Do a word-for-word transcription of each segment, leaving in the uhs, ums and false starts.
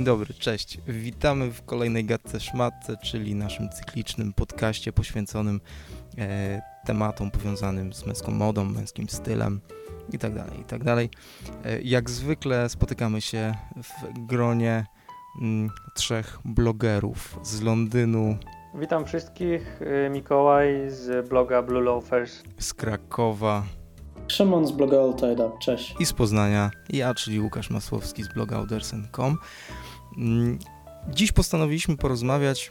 dobry, cześć. Witamy w kolejnej Gadce Szmatce, czyli naszym cyklicznym podcaście poświęconym e, tematom powiązanym z męską modą, męskim stylem itd., itd. E, jak zwykle spotykamy się w gronie m, trzech blogerów z Londynu. Witam wszystkich, Mikołaj z bloga Blue Loafers. Z Krakowa. Szymon z bloga All Tied Up, cześć. I z Poznania, ja, czyli Łukasz Masłowski z bloga Outdersen kropka com. Dziś postanowiliśmy porozmawiać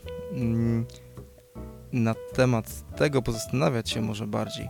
na temat tego, pozastanawiać się może bardziej,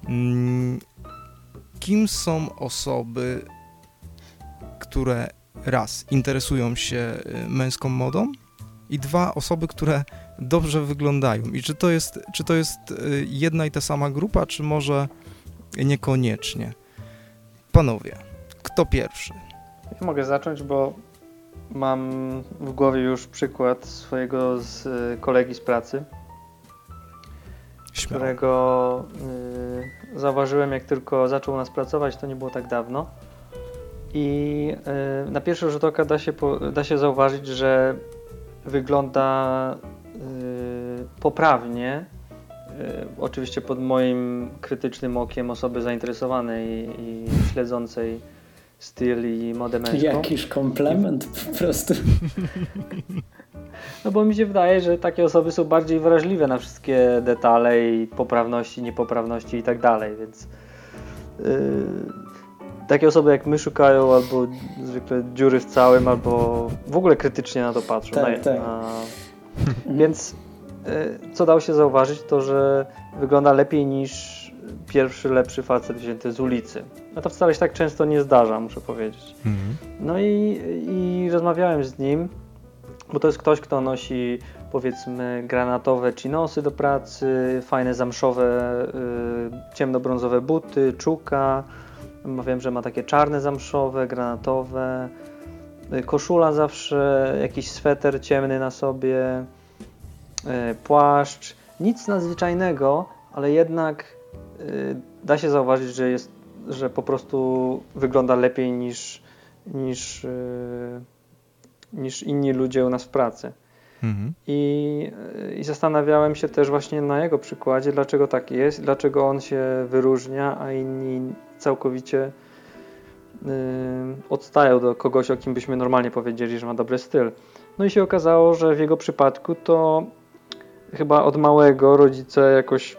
kim są osoby, które raz interesują się męską modą i dwa, osoby, które dobrze wyglądają. I czy to jest, czy to jest jedna i ta sama grupa, czy może niekoniecznie. Panowie, kto pierwszy? Ja mogę zacząć, bo mam w głowie już przykład swojego z kolegi z pracy, Śmiało. Którego y, zauważyłem, jak tylko zaczął u nas pracować, to nie było tak dawno. I y, na pierwszy rzut oka da się, po, da się zauważyć, że wygląda y, poprawnie. Oczywiście pod moim krytycznym okiem osoby zainteresowanej i śledzącej styl i modę męską. Jakiż komplement po prostu. No bo mi się wydaje, że takie osoby są bardziej wrażliwe na wszystkie detale i poprawności, niepoprawności i tak dalej, więc yy, takie osoby jak my szukają albo zwykle dziury w całym, albo w ogóle krytycznie na to patrzą. Tak, na, tak. Na... Więc co dało się zauważyć, to że wygląda lepiej niż pierwszy, lepszy facet wzięty z ulicy. A to wcale się tak często nie zdarza, muszę powiedzieć. Mhm. No i, i rozmawiałem z nim, bo to jest ktoś, kto nosi, powiedzmy, granatowe chinosy do pracy, fajne zamszowe, y, ciemnobrązowe buty, czuka. Wiem, że ma takie czarne zamszowe, granatowe, y, koszula zawsze, jakiś sweter ciemny na sobie, płaszcz, nic nadzwyczajnego, ale jednak y, da się zauważyć, że jest, że po prostu wygląda lepiej niż, niż, y, niż inni ludzie u nas w pracy. Mhm. I, y, I zastanawiałem się też właśnie na jego przykładzie, dlaczego tak jest, dlaczego on się wyróżnia, a inni całkowicie y, odstają do kogoś, o kim byśmy normalnie powiedzieli, że ma dobry styl. No i się okazało, że w jego przypadku to chyba od małego rodzice jakoś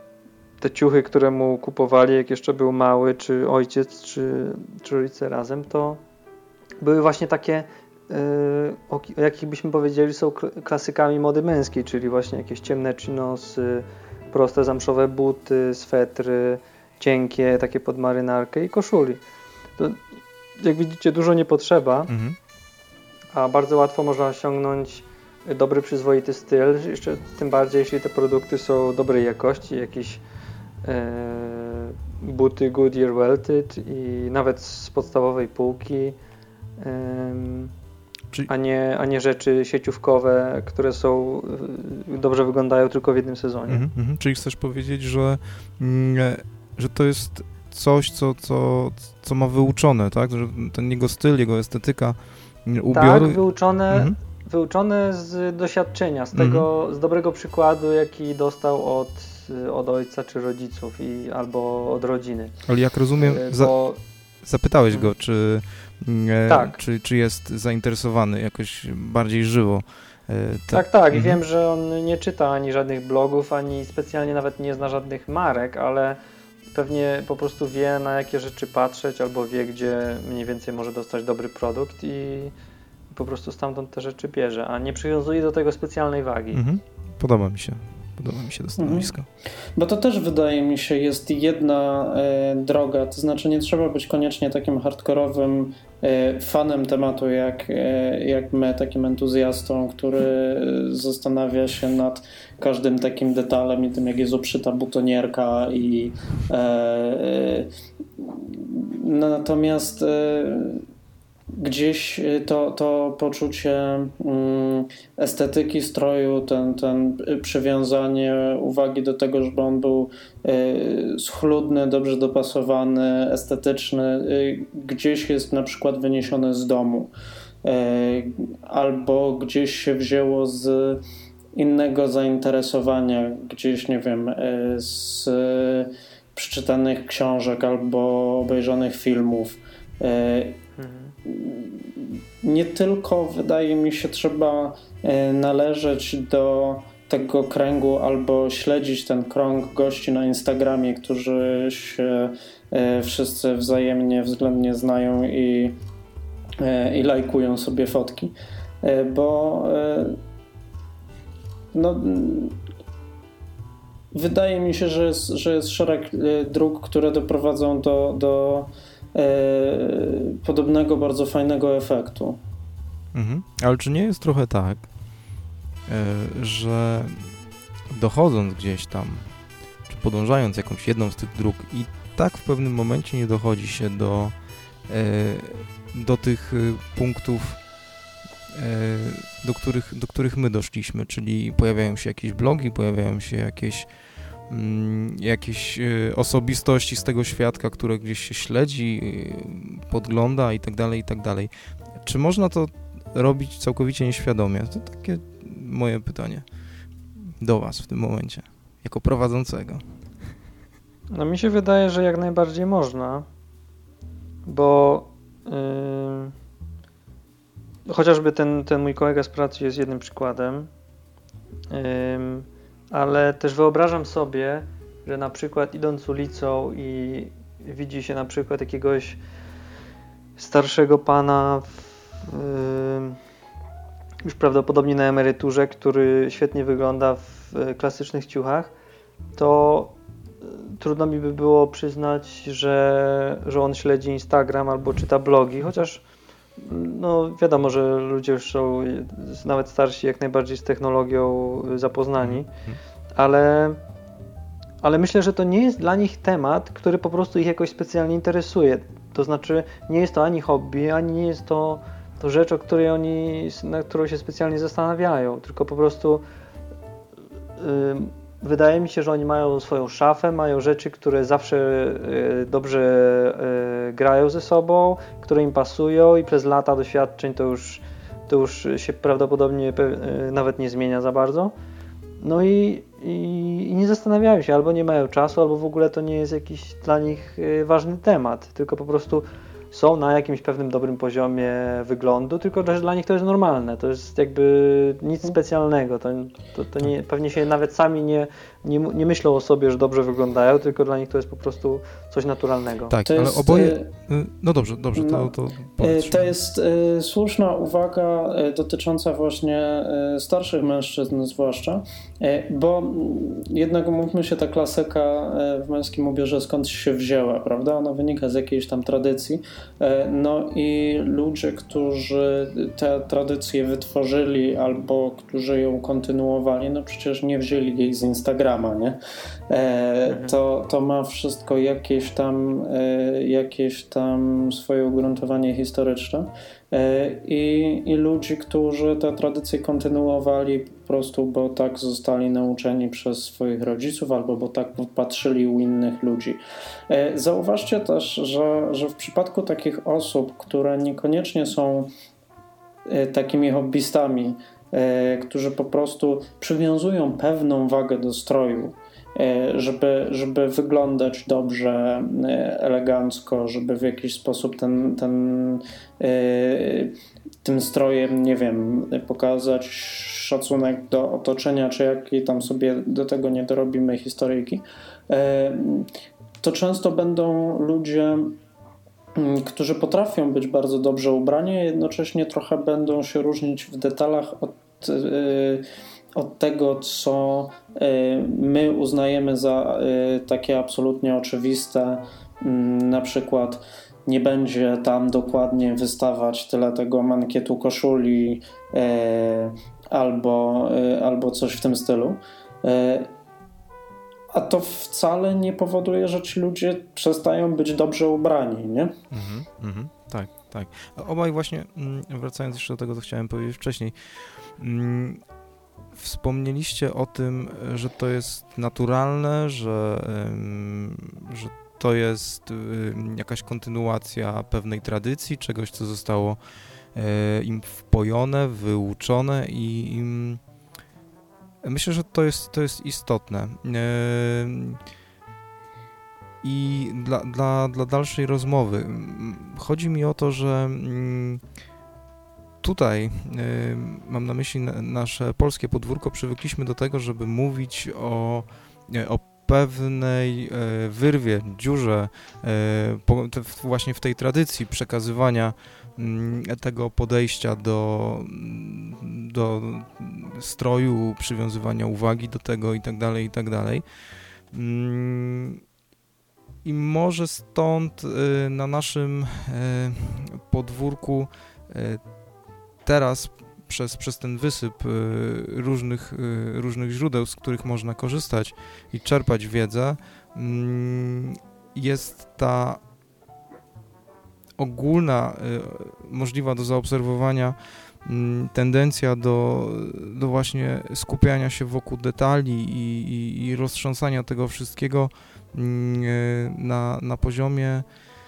te ciuchy, które mu kupowali, jak jeszcze był mały, czy ojciec, czy, czy rodzice razem, to były właśnie takie, yy, o, o jakich byśmy powiedzieli, są klasykami mody męskiej, czyli właśnie jakieś ciemne chinosy, proste zamszowe buty, swetry, cienkie, takie pod marynarkę i koszuli. To, jak widzicie, dużo nie potrzeba, mhm. a bardzo łatwo można osiągnąć dobry, przyzwoity styl, jeszcze tym bardziej, jeśli te produkty są dobrej jakości, jakieś e, buty Goodyear Welted i nawet z podstawowej półki, e, Czyli... a, nie, a nie rzeczy sieciówkowe, które są e, dobrze wyglądają tylko w jednym sezonie. Mhm, mhm. Czyli chcesz powiedzieć, że, mm, że to jest coś, co, co, co ma wyuczone, tak? Że ten jego styl, jego estetyka, ubiory... Tak, wyuczone... Mhm. Wyuczone z doświadczenia, z tego, mm. z dobrego przykładu, jaki dostał od, od ojca czy rodziców i, albo od rodziny. Ale jak rozumiem, Bo... za, zapytałeś go, czy, e, tak. czy, czy jest zainteresowany jakoś bardziej żywo. E, te... Tak, tak. Mm. Wiem, że on nie czyta ani żadnych blogów, ani specjalnie nawet nie zna żadnych marek, ale pewnie po prostu wie, na jakie rzeczy patrzeć, albo wie, gdzie mniej więcej może dostać dobry produkt i po prostu stamtąd te rzeczy bierze, a nie przywiązuje do tego specjalnej wagi. Mhm. Podoba mi się. Podoba mi się to stanowisko. Mhm. Bo to też wydaje mi się jest jedna e, droga, to znaczy nie trzeba być koniecznie takim hardkorowym e, fanem tematu jak, e, jak my, takim entuzjastą, który zastanawia się nad każdym takim detalem i tym, jak jest obszyta butonierka i e, e, natomiast e, gdzieś to, to poczucie estetyki stroju, ten, ten przywiązanie uwagi do tego, żeby on był schludny, dobrze dopasowany, estetyczny, gdzieś jest na przykład wyniesione z domu. albo gdzieś się wzięło z innego zainteresowania, gdzieś, nie wiem, z przeczytanych książek albo obejrzanych filmów. Nie tylko, wydaje mi się, trzeba należeć do tego kręgu albo śledzić ten krąg gości na Instagramie, którzy się wszyscy wzajemnie, względnie znają i, i lajkują sobie fotki, bo no, wydaje mi się, że jest, że jest szereg dróg, które doprowadzą do, do e, podobnego, bardzo fajnego efektu. Mhm. Ale czy nie jest trochę tak, e, że dochodząc gdzieś tam, czy podążając jakąś jedną z tych dróg i tak w pewnym momencie nie dochodzi się do, e, do tych punktów, do których, do których my doszliśmy, czyli pojawiają się jakieś blogi, pojawiają się jakieś, mm, jakieś osobistości z tego świadka, które gdzieś się śledzi, podgląda i tak dalej, i tak dalej. Czy można to robić całkowicie nieświadomie? To takie moje pytanie do was w tym momencie, jako prowadzącego. No mi się wydaje, że jak najbardziej można, bo yy... chociażby ten, ten mój kolega z pracy jest jednym przykładem, ym, ale też wyobrażam sobie, że na przykład idąc ulicą i widzi się na przykład jakiegoś starszego pana w, ym, już prawdopodobnie na emeryturze, który świetnie wygląda w klasycznych ciuchach, to trudno mi by było przyznać, że, że on śledzi Instagram albo czyta blogi, chociaż no wiadomo, że ludzie już są nawet starsi jak najbardziej z technologią zapoznani, ale, ale myślę, że to nie jest dla nich temat, który po prostu ich jakoś specjalnie interesuje. To znaczy nie jest to ani hobby, ani nie jest to, to rzecz, o której oni, na którą się specjalnie zastanawiają, tylko po prostu yy, wydaje mi się, że oni mają swoją szafę, mają rzeczy, które zawsze y, dobrze y, grają ze sobą, które im pasują i przez lata doświadczeń to już, to już się prawdopodobnie y, nawet nie zmienia za bardzo. No i, i, i nie zastanawiają się, albo nie mają czasu, albo w ogóle to nie jest jakiś dla nich y, ważny temat, tylko po prostu są na jakimś pewnym dobrym poziomie wyglądu, tylko że dla nich to jest normalne, to jest jakby nic specjalnego, to, to, to nie, pewnie się nawet sami nie, nie, nie myślą o sobie, że dobrze wyglądają, tylko dla nich to jest po prostu coś naturalnego. Tak, to ale jest, oboje... No dobrze, dobrze, to, no, to To jest y, słuszna uwaga y, dotycząca właśnie y, starszych mężczyzn zwłaszcza, y, bo y, jednak umówmy się, ta klasyka y, w męskim ubierze skądś się wzięła, prawda? Ona wynika z jakiejś tam tradycji. No i ludzie, którzy tę tradycję wytworzyli albo którzy ją kontynuowali, no przecież nie wzięli jej z Instagrama, nie? To, to ma wszystko jakieś tam, jakieś tam swoje ugruntowanie historyczne. I, i ludzi, którzy tę tradycję kontynuowali po prostu, bo tak zostali nauczeni przez swoich rodziców albo bo tak patrzyli u innych ludzi. Zauważcie też, że, że w przypadku takich osób, które niekoniecznie są takimi hobbystami, którzy po prostu przywiązują pewną wagę do stroju, żeby, żeby wyglądać dobrze, elegancko, żeby w jakiś sposób ten, ten, tym strojem, nie wiem, pokazać szacunek do otoczenia, czy jakiej tam sobie do tego nie dorobimy historyjki, to często będą ludzie, którzy potrafią być bardzo dobrze ubrani, a jednocześnie trochę będą się różnić w detalach od od tego, co my uznajemy za takie absolutnie oczywiste. Na przykład nie będzie tam dokładnie wystawać tyle tego mankietu koszuli albo, albo coś w tym stylu. A to wcale nie powoduje, że ci ludzie przestają być dobrze ubrani, nie? Mhm, mhm, tak, tak. Obaj właśnie, wracając jeszcze do tego, co chciałem powiedzieć wcześniej, wspomnieliście o tym, że to jest naturalne, że, że to jest jakaś kontynuacja pewnej tradycji, czegoś, co zostało im wpojone, wyuczone i im... myślę, że to jest, to jest istotne. I dla, dla, dla dalszej rozmowy chodzi mi o to, że tutaj mam na myśli nasze polskie podwórko, przywykliśmy do tego, żeby mówić o, o pewnej wyrwie, dziurze właśnie w tej tradycji przekazywania tego podejścia do, do stroju, przywiązywania uwagi do tego i tak dalej, i tak dalej. I może stąd na naszym podwórku teraz przez, przez ten wysyp różnych, różnych źródeł, z których można korzystać i czerpać wiedzę, jest ta ogólna, możliwa do zaobserwowania tendencja do, do właśnie skupiania się wokół detali i, i, i roztrząsania tego wszystkiego na, na poziomie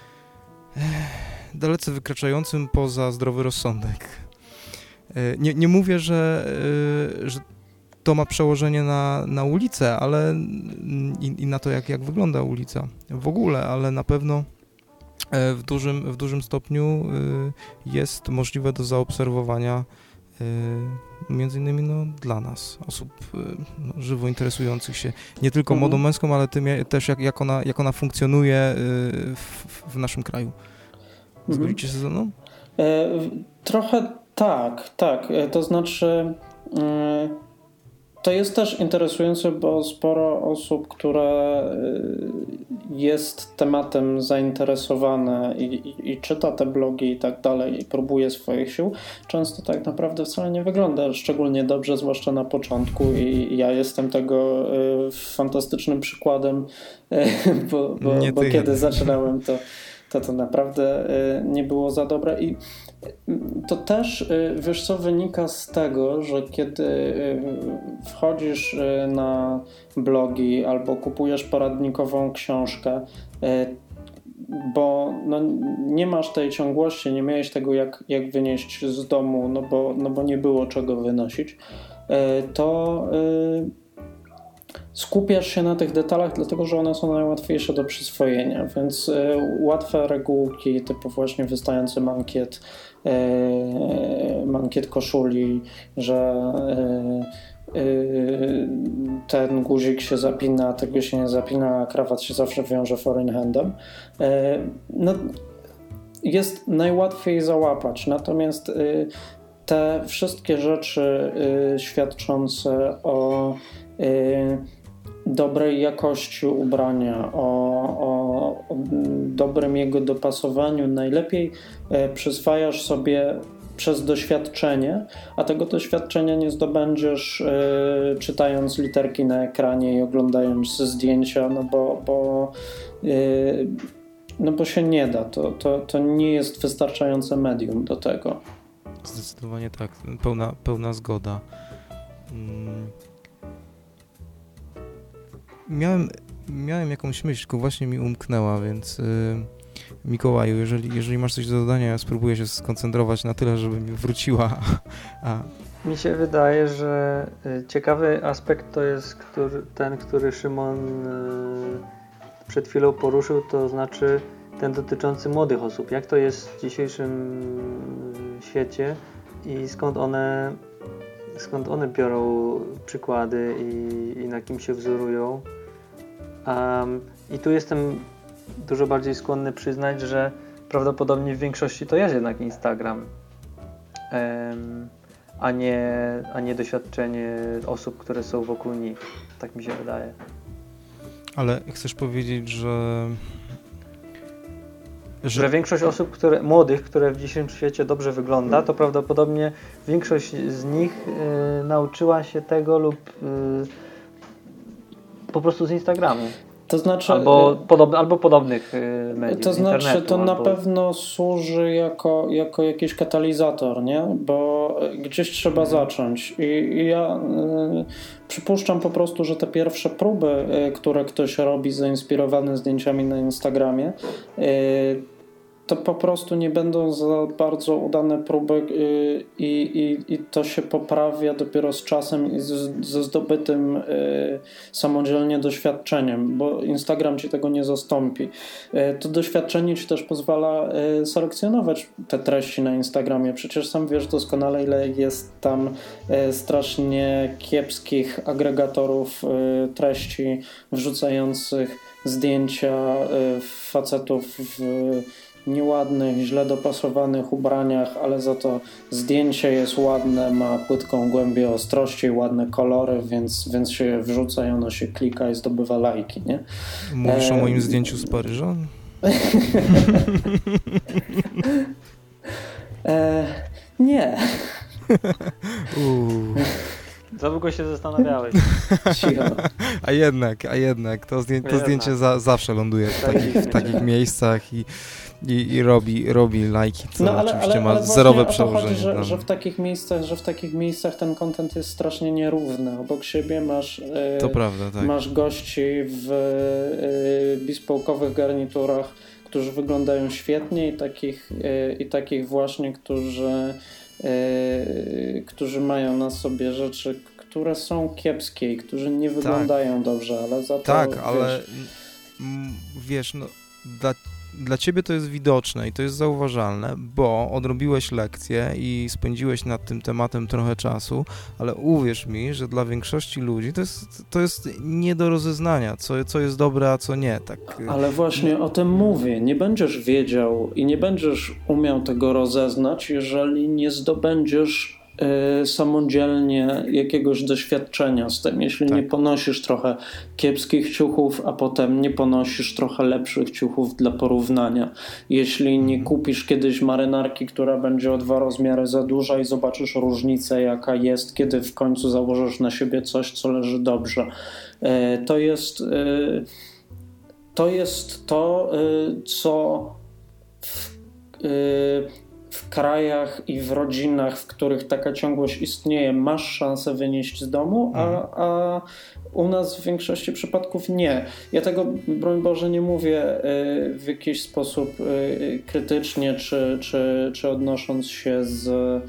dalece wykraczającym poza zdrowy rozsądek. Nie, nie mówię, że, że to ma przełożenie na, na ulicę, ale i, i na to, jak, jak wygląda ulica w ogóle, ale na pewno w dużym, w dużym stopniu jest możliwe do zaobserwowania między innymi no, dla nas, osób no, żywo interesujących się nie tylko mhm. modą męską, ale tym też jak, jak, ona, jak ona funkcjonuje w, w naszym kraju. Zgodzicie się ze mną? E, trochę tak, tak. To znaczy e, to jest też interesujące, bo sporo osób, które jest tematem zainteresowane i, i, i czyta te blogi i tak dalej i próbuje swoich sił, często tak naprawdę wcale nie wygląda szczególnie dobrze, zwłaszcza na początku i ja jestem tego fantastycznym przykładem, bo, bo, bo kiedy zaczynałem to to to naprawdę nie było za dobre i to też, wiesz co, wynika z tego, że kiedy wchodzisz na blogi albo kupujesz poradnikową książkę, bo no, nie masz tej ciągłości, nie miałeś tego jak, jak wynieść z domu, no bo, no bo nie było czego wynosić, to skupiasz się na tych detalach, dlatego że one są najłatwiejsze do przyswojenia, więc y, łatwe regułki typu właśnie wystający mankiet, y, mankiet koszuli, że y, y, ten guzik się zapina, tego się nie zapina, a krawat się zawsze wiąże foreign handem. Y, no, jest najłatwiej załapać, natomiast y, te wszystkie rzeczy y, świadczące o y, dobrej jakości ubrania, o, o, o dobrym jego dopasowaniu najlepiej e, przyswajasz sobie przez doświadczenie, a tego doświadczenia nie zdobędziesz e, czytając literki na ekranie i oglądając zdjęcia, no bo, bo, e, no bo się nie da. To, to, to nie jest wystarczające medium do tego. Zdecydowanie tak. Pełna, pełna zgoda. Hmm. Miałem, miałem jakąś myśl, tylko właśnie mi umknęła, więc yy, Mikołaju, jeżeli, jeżeli masz coś do dodania, ja spróbuję się skoncentrować na tyle, żeby mi wróciła. A... Mi się wydaje, że ciekawy aspekt to jest który, ten, który Szymon yy, przed chwilą poruszył, to znaczy ten dotyczący młodych osób. Jak to jest w dzisiejszym świecie i skąd one, skąd one biorą przykłady i, i na kim się wzorują. Um, I tu jestem dużo bardziej skłonny przyznać, że prawdopodobnie w większości to jest jednak Instagram, um, a nie, a nie doświadczenie osób, które są wokół nich. Tak mi się wydaje. Ale chcesz powiedzieć, że... Że, że większość osób, które, młodych, które w dzisiejszym świecie dobrze wygląda, to prawdopodobnie większość z nich y, nauczyła się tego lub y, po prostu z Instagramu. To znaczy, albo, podob, albo podobnych mediów. To znaczy, to na albo... pewno służy jako, jako jakiś katalizator, nie? Bo gdzieś trzeba zacząć. I, i ja y, przypuszczam po prostu, że te pierwsze próby, y, które ktoś robi zainspirowany zdjęciami na Instagramie, y, to po prostu nie będą za bardzo udane próby i, i, i to się poprawia dopiero z czasem i z, ze zdobytym y, samodzielnie doświadczeniem, bo Instagram ci tego nie zastąpi. Y, to doświadczenie ci też pozwala y, selekcjonować te treści na Instagramie. Przecież sam wiesz doskonale, ile jest tam y, strasznie kiepskich agregatorów y, treści wrzucających zdjęcia y, facetów w nieładnych, źle dopasowanych ubraniach, ale za to zdjęcie jest ładne, ma płytką głębię ostrości, ładne kolory, więc, więc się je wrzuca i ono się klika i zdobywa lajki, nie? Mówisz e... o moim zdjęciu z Paryża? e... Nie. Uuu. Za długo się zastanawiałeś. A jednak, a jednak, to, zdję- to Jednak. zdjęcie za, zawsze ląduje w takich, w takich miejscach i, i, i robi, robi lajki, co No, ale, oczywiście ale, ma ale zerowe właśnie o to przełożenie. chodzi, że, dla że mnie. w takich miejscach, że w takich miejscach ten content jest strasznie nierówny. Obok siebie masz, e, To prawda, tak. masz gości w e, bespoke'owych garniturach, którzy wyglądają świetnie i takich, e, i takich właśnie, którzy, e, którzy mają na sobie rzeczy, które są kiepskie i którzy nie wyglądają tak. dobrze, ale za to Tak, wiesz, ale m, wiesz, no dla, dla ciebie to jest widoczne i to jest zauważalne, bo odrobiłeś lekcję i spędziłeś nad tym tematem trochę czasu, ale uwierz mi, że dla większości ludzi to jest, to jest nie do rozeznania, co, co jest dobre, a co nie. Tak. Ale właśnie o tym mówię. Nie będziesz wiedział i nie będziesz umiał tego rozeznać, jeżeli nie zdobędziesz y, samodzielnie jakiegoś doświadczenia z tym. Jeśli tak. nie ponosisz trochę kiepskich ciuchów, a potem nie ponosisz trochę lepszych ciuchów dla porównania. Jeśli nie kupisz kiedyś marynarki, która będzie o dwa rozmiary za duża i zobaczysz różnicę, jaka jest, kiedy w końcu założysz na siebie coś, co leży dobrze. Y, to jest... Y, To jest to, co w, w krajach i w rodzinach, w których taka ciągłość istnieje, masz szansę wynieść z domu, a, a u nas w większości przypadków nie. Ja tego, broń Boże, nie mówię w jakiś sposób krytycznie, czy, czy, czy odnosząc się z,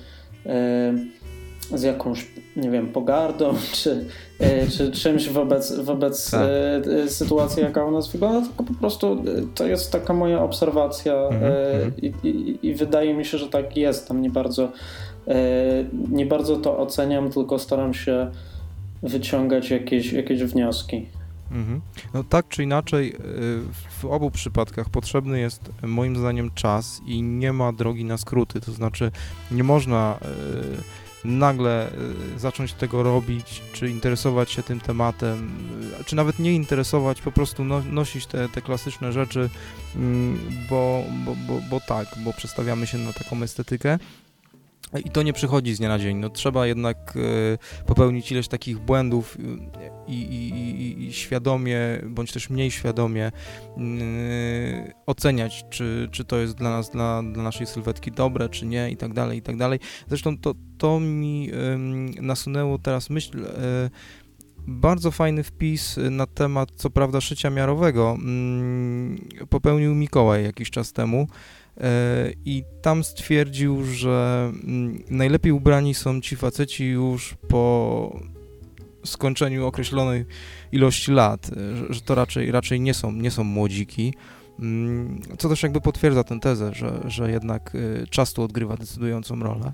z jakąś, nie wiem, pogardą, czy, czy czymś wobec, wobec tak. sytuacji, jaka u nas wygląda, tylko po prostu to jest taka moja obserwacja mm-hmm. i, i, i wydaje mi się, że tak jest. Tam nie bardzo, nie bardzo to oceniam, tylko staram się wyciągać jakieś, jakieś wnioski. Mm-hmm. No tak czy inaczej, w obu przypadkach potrzebny jest moim zdaniem czas i nie ma drogi na skróty, to znaczy nie można nagle zacząć tego robić, czy interesować się tym tematem, czy nawet nie interesować, po prostu no, nosić te, te klasyczne rzeczy, bo, bo, bo, bo tak, bo przestawiamy się na taką estetykę. I to nie przychodzi z dnia na dzień. No, trzeba jednak y, popełnić ileś takich błędów i, i, i, i świadomie, bądź też mniej świadomie y, oceniać, czy, czy to jest dla nas, dla, dla naszej sylwetki dobre, czy nie i tak dalej, i tak dalej. Zresztą to, to mi y, nasunęło teraz myśl, y, bardzo fajny wpis na temat, co prawda, szycia miarowego y, popełnił Mikołaj jakiś czas temu. I tam stwierdził, że najlepiej ubrani są ci faceci już po skończeniu określonej ilości lat, że to raczej, raczej nie są, nie są młodziki, co też jakby potwierdza tę tezę, że, że jednak czas tu odgrywa decydującą rolę.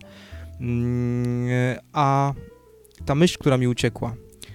A ta myśl, która mi uciekła,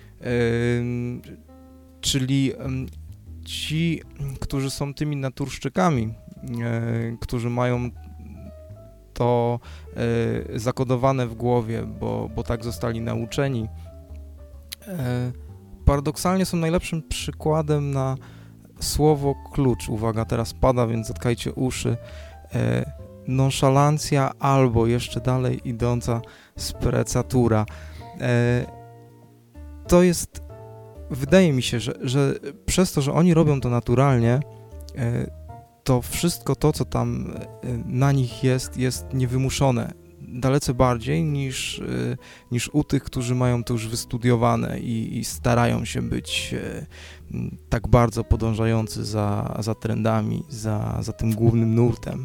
czyli ci, którzy są tymi naturszczykami, E, którzy mają to e, zakodowane w głowie, bo, bo tak zostali nauczeni, e, paradoksalnie są najlepszym przykładem na słowo klucz. Uwaga, teraz pada, więc zatkajcie uszy. E, nonszalancja albo jeszcze dalej idąca sprecatura. E, to jest, wydaje mi się, że, że przez to, że oni robią to naturalnie, e, to wszystko to, co tam na nich jest, jest niewymuszone. dalece bardziej niż, y, niż u tych, którzy mają to już wystudiowane i, i starają się być y, tak bardzo podążający za, za trendami, za, za tym głównym nurtem.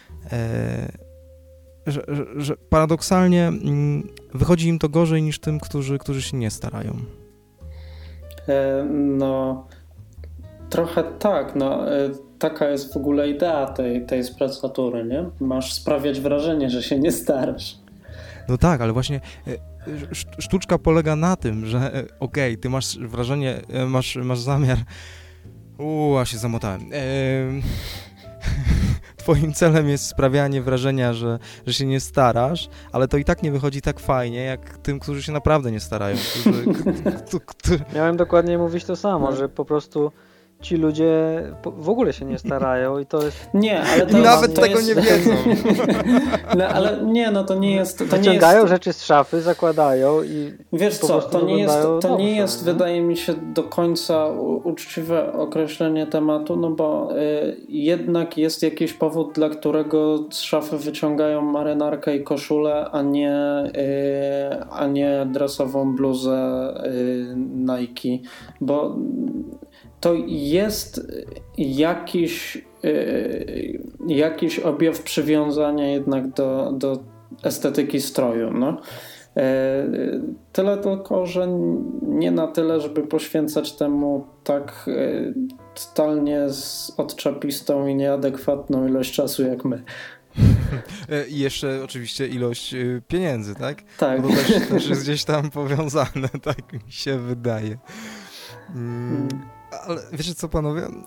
E, że, że, że paradoksalnie y, wychodzi im to gorzej niż tym, którzy, którzy się nie starają. E, no, trochę tak, no. E, taka jest w ogóle idea tej, tej spracatury, nie? Masz sprawiać wrażenie, że się nie starasz. No tak, ale właśnie sztuczka polega na tym, że okej, okay, ty masz wrażenie, masz, masz zamiar... Uuu, a się zamotałem. Eee, twoim celem jest sprawianie wrażenia, że, że się nie starasz, ale to i tak nie wychodzi tak fajnie, jak tym, którzy się naprawdę nie starają. Którzy, k- k- k- Miałem dokładnie mówić to samo, no. że po prostu ci ludzie w ogóle się nie starają i to jest... Nie, ale to I jest, nawet to tego jest... nie wiedzą. No, ale nie, no to nie jest... To Wyciągają nie jest... rzeczy z szafy, zakładają i Wiesz po co, prostu to nie jest, to dobrze, nie jest nie? wydaje mi się do końca uczciwe określenie tematu, no bo y, jednak jest jakiś powód, dla którego z szafy wyciągają marynarkę i koszulę, a nie, y, a nie dresową bluzę y, Nike, bo to jest jakiś, yy, jakiś objaw przywiązania jednak do, do estetyki stroju. No. Yy, tyle tylko, że nie na tyle, żeby poświęcać temu tak yy, totalnie z odczapistą i nieadekwatną ilość czasu jak my. I jeszcze oczywiście ilość pieniędzy, tak? Tak. Bo to też, też jest gdzieś tam powiązane, tak mi się wydaje. Mm. Ale wiecie co, panowie? E,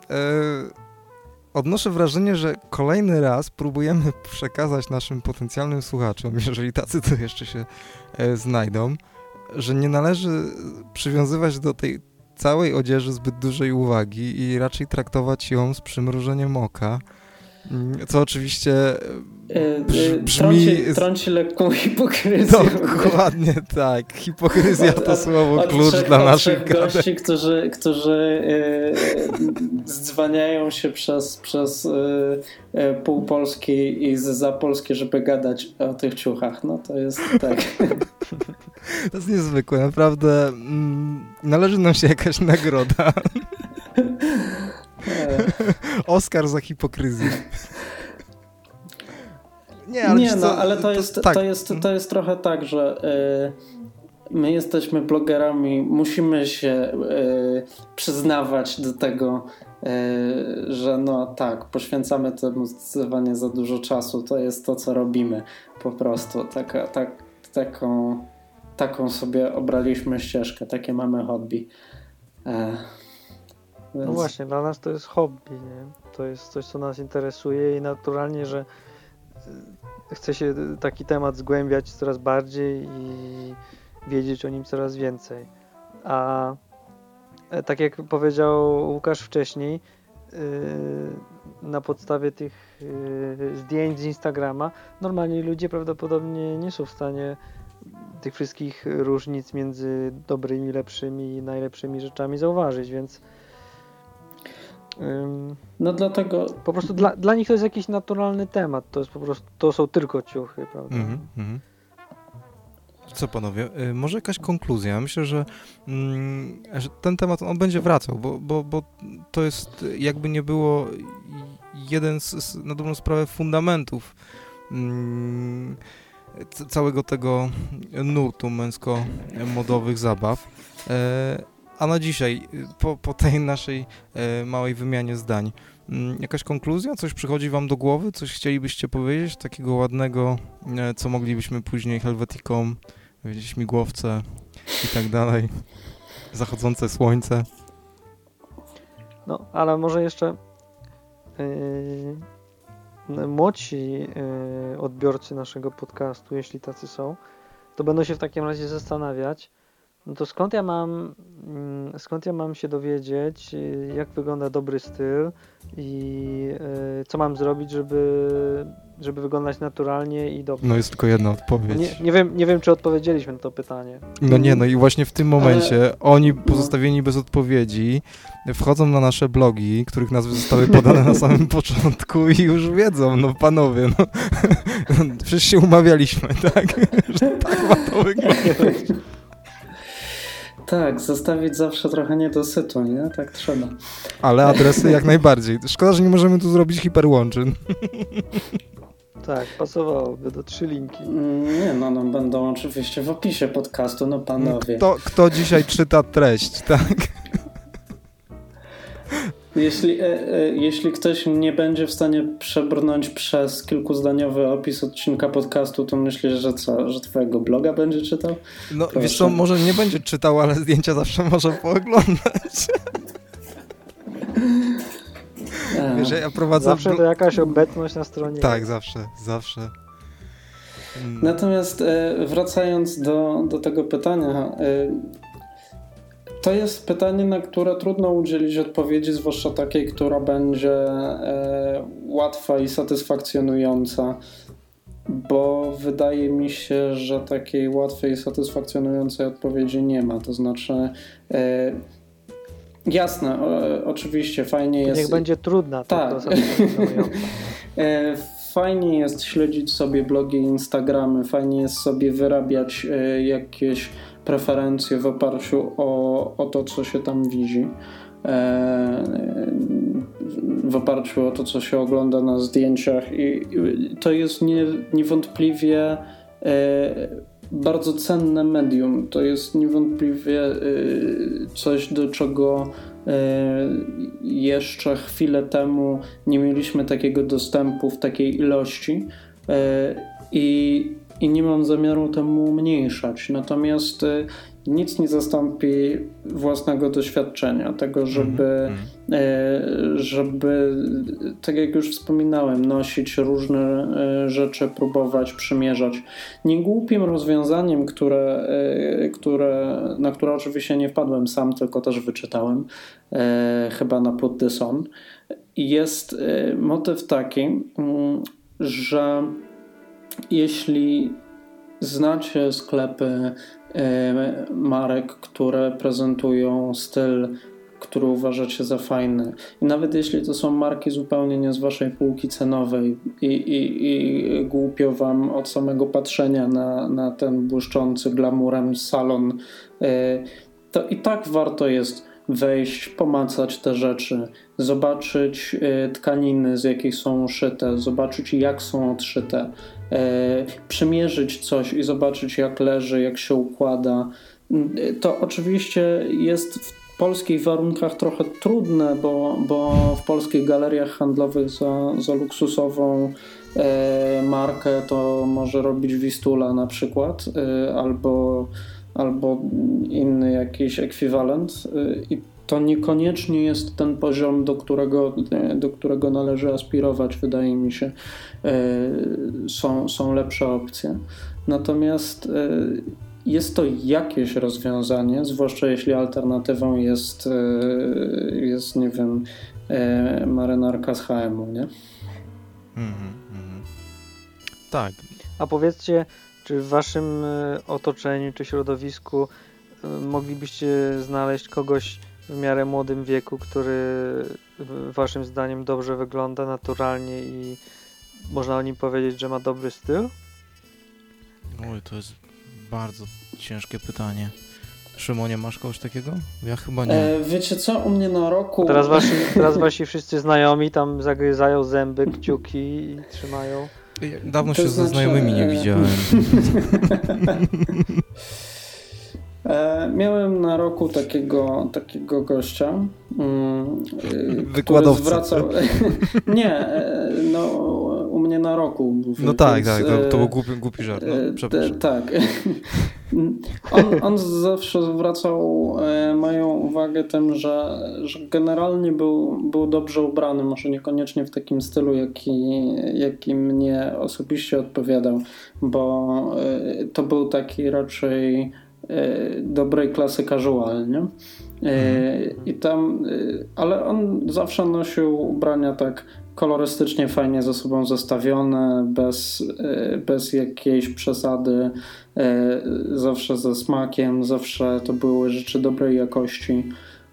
odnoszę wrażenie, że kolejny raz próbujemy przekazać naszym potencjalnym słuchaczom, jeżeli tacy to jeszcze się e, znajdą, że nie należy przywiązywać do tej całej odzieży zbyt dużej uwagi i raczej traktować ją z przymrużeniem oka. Co oczywiście brzmi... Trąci, trąci lekką hipokryzją. Dokładnie tak. Hipokryzja to słowo od klucz trzech, dla od naszych trzech gości, którzy, którzy yy, zdzwaniają się przez, przez yy, pół Polski i za Polski, żeby gadać o tych ciuchach. No to jest tak. To jest niezwykłe. Naprawdę mm, należy nam się jakaś nagroda. Oscar za hipokryzję. Nie, ale, nie, no, co, ale to, to, jest, tak. to, jest, to jest trochę tak, że y, my jesteśmy blogerami, musimy się y, przyznawać do tego, y, że no tak, poświęcamy temu zdecydowanie za dużo czasu. To jest to, co robimy po prostu. Taka, tak, taką, taką sobie obraliśmy ścieżkę, takie mamy hobby. E, Więc... No właśnie, dla nas to jest hobby, nie? To jest coś, co nas interesuje i naturalnie, że chce się taki temat zgłębiać coraz bardziej i wiedzieć o nim coraz więcej. A tak jak powiedział Łukasz wcześniej, na podstawie tych zdjęć z Instagrama normalni ludzie prawdopodobnie nie są w stanie tych wszystkich różnic między dobrymi, lepszymi i najlepszymi rzeczami zauważyć, więc no dlatego po prostu dla, dla nich to jest jakiś naturalny temat, to jest po prostu, to są tylko ciuchy, prawda? Mm, mm. Co panowie, może jakaś konkluzja? Myślę, że, mm, że ten temat on będzie wracał, bo, bo, bo to jest jakby nie było jeden z, z na dobrą sprawę fundamentów mm, c- całego tego nurtu męsko-modowych zabaw. E, A na dzisiaj, po, po tej naszej e, małej wymianie zdań, m, jakaś konkluzja? Coś przychodzi wam do głowy? Coś chcielibyście powiedzieć? Takiego ładnego, e, co moglibyśmy później Helvetikom, powiedzieć śmigłowce i tak dalej. Zachodzące słońce. No, ale może jeszcze yy, młodsi yy, odbiorcy naszego podcastu, jeśli tacy są, to będą się w takim razie zastanawiać, no to skąd ja mam skąd ja mam się dowiedzieć, jak wygląda dobry styl i co mam zrobić, żeby, żeby wyglądać naturalnie i dobrze? No jest tylko jedna odpowiedź. Nie, nie, wiem, nie wiem, czy odpowiedzieliśmy na to pytanie. No nie, no i właśnie w tym momencie Ale... oni pozostawieni bez odpowiedzi wchodzą na nasze blogi, których nazwy zostały podane na samym początku i już wiedzą, no panowie, no przecież się umawialiśmy, tak? Że tak ma to wyglądać. Tak, zostawić zawsze trochę niedosytu, nie? Tak trzeba. Ale adresy jak najbardziej. Szkoda, że nie możemy tu zrobić hiperłączyn. Tak, pasowałoby do trzy linki. Nie, no, no będą oczywiście w opisie podcastu, no panowie. Kto, kto dzisiaj czyta treść, tak? Jeśli, e, e, jeśli ktoś nie będzie w stanie przebrnąć przez kilkuzdaniowy opis odcinka podcastu, to myślisz, że co, że twojego bloga będzie czytał? No Proszę. Wiesz co, może nie będzie czytał, ale zdjęcia zawsze może pooglądać. Wiesz, ja prowadzę zawsze to jakaś obecność na stronie. Tak, zawsze, zawsze. Natomiast e, wracając do, do tego pytania, e, to jest pytanie, na które trudno udzielić odpowiedzi, zwłaszcza takiej, która będzie e, łatwa i satysfakcjonująca, bo wydaje mi się, że takiej łatwej i satysfakcjonującej odpowiedzi nie ma. To znaczy, e, jasne, o, oczywiście fajnie jest... Niech będzie trudna, tak. tylko satysfakcjonująca. e, Fajnie jest śledzić sobie blogi i Instagramy, fajnie jest sobie wyrabiać e, jakieś preferencje w oparciu o, o to, co się tam widzi, e, w oparciu o to, co się ogląda na zdjęciach i, i to jest nie, niewątpliwie e, bardzo cenne medium. To jest niewątpliwie e, coś, do czego e, jeszcze chwilę temu nie mieliśmy takiego dostępu w takiej ilości e, i I nie mam zamiaru temu umniejszać. Natomiast y, nic nie zastąpi własnego doświadczenia, tego, żeby, mm-hmm. y, żeby, tak jak już wspominałem, nosić różne y, rzeczy, próbować, przymierzać. Niegłupim rozwiązaniem, które, y, które, na które oczywiście nie wpadłem sam, tylko też wyczytałem, y, chyba na Put This On, jest y, motyw taki, y, że jeśli znacie sklepy e, marek, które prezentują styl, który uważacie za fajny i nawet jeśli to są marki zupełnie nie z waszej półki cenowej i, i, i głupio wam od samego patrzenia na, na ten błyszczący glamurem salon, e, to i tak warto jest wejść, pomacać te rzeczy, zobaczyć e, tkaniny, z jakich są szyte, zobaczyć jak są odszyte, e, przymierzyć coś i zobaczyć jak leży, jak się układa. To oczywiście jest w polskich warunkach trochę trudne, bo, bo w polskich galeriach handlowych za, za luksusową e, markę to może robić Wistula na przykład, e, albo albo inny jakiś ekwiwalent i to niekoniecznie jest ten poziom, do którego, do którego należy aspirować, wydaje mi się. Są, są lepsze opcje. Natomiast jest to jakieś rozwiązanie, zwłaszcza jeśli alternatywą jest, jest nie wiem, marynarka z H M u, nie? Mm-hmm, mm-hmm. Tak. A powiedzcie, czy w waszym otoczeniu, czy środowisku moglibyście znaleźć kogoś w miarę młodym wieku, który waszym zdaniem dobrze wygląda, naturalnie i można o nim powiedzieć, że ma dobry styl? Oj, to jest bardzo ciężkie pytanie. Szymonie, masz kogoś takiego? Ja chyba nie. E, wiecie co, u mnie na roku... Teraz wasi, teraz wasi wszyscy znajomi tam zagryzają zęby, kciuki i trzymają... Dawno to się znaczy, ze znajomymi nie widziałem. e, miałem na roku takiego, takiego gościa, mm, wykładowcę. Zwracał... nie, no u mnie na roku. Mówię, no tak, więc, tak, to, to był głupi, głupi żart. No, przepraszam. tak. On, on zawsze zwracał moją uwagę tym, że, że generalnie był, był dobrze ubrany, może niekoniecznie w takim stylu, jaki, jaki mnie osobiście odpowiadał, bo to był taki raczej dobrej klasy casual, nie? I tam, ale on zawsze nosił ubrania tak kolorystycznie fajnie ze sobą zestawione, bez, bez jakiejś przesady, zawsze ze smakiem, zawsze to były rzeczy dobrej jakości,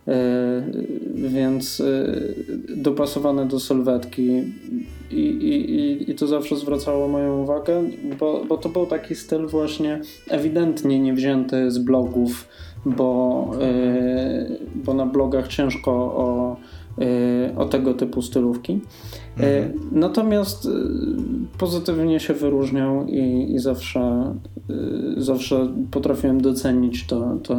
więc dopasowane do sylwetki i, i, i to zawsze zwracało moją uwagę, bo, bo to był taki styl właśnie ewidentnie nie wzięty z blogów, bo, bo na blogach ciężko o o tego typu stylówki. Mhm. Natomiast pozytywnie się wyróżniał i, i zawsze, zawsze potrafiłem docenić to, to,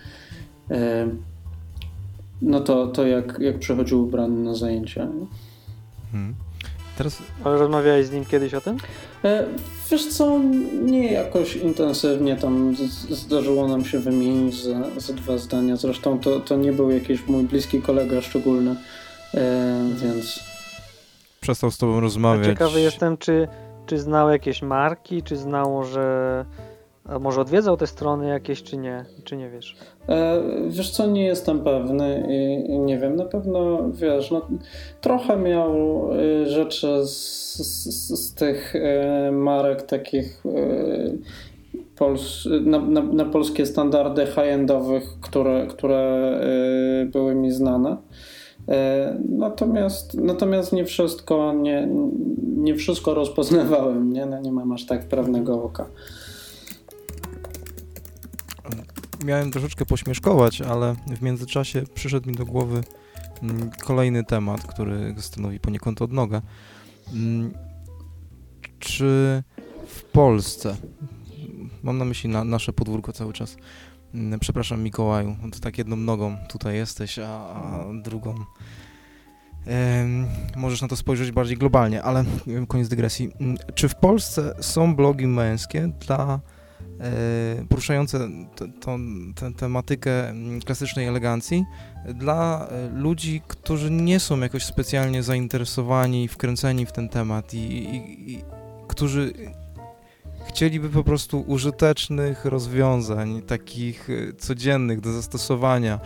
no to, to jak, jak przychodził ubrany na zajęcia. Mhm. Teraz... Ale rozmawiałeś z nim kiedyś o tym? Wiesz co, nie jakoś intensywnie, tam zdarzyło nam się wymienić za, za dwa zdania, zresztą to, to nie był jakiś mój bliski kolega szczególny, e, więc... Przestał z tobą rozmawiać. A ciekawy jestem, czy, czy znał jakieś marki, czy znał może... A może odwiedzał te strony jakieś, czy nie? Czy nie wiesz? E, wiesz co, nie jestem pewny i, i nie wiem, na pewno wiesz, no, trochę miał y, rzeczy z, z, z tych y, marek takich y, pols, na, na, na polskie standardy high-endowych, które, które y, były mi znane. E, natomiast, natomiast nie wszystko, nie, nie wszystko rozpoznawałem, nie, no, nie mam aż tak wprawnego oka. Miałem troszeczkę pośmieszkować, ale w międzyczasie przyszedł mi do głowy kolejny temat, który stanowi poniekąd odnogę. Czy w Polsce, mam na myśli na, nasze podwórko cały czas, przepraszam Mikołaju, to tak jedną nogą tutaj jesteś, a, a drugą um, możesz na to spojrzeć bardziej globalnie, ale koniec dygresji. Czy w Polsce są blogi męskie dla poruszające tę tematykę klasycznej elegancji dla ludzi, którzy nie są jakoś specjalnie zainteresowani, wkręceni w ten temat i, i, i którzy chcieliby po prostu użytecznych rozwiązań, takich codziennych do zastosowania.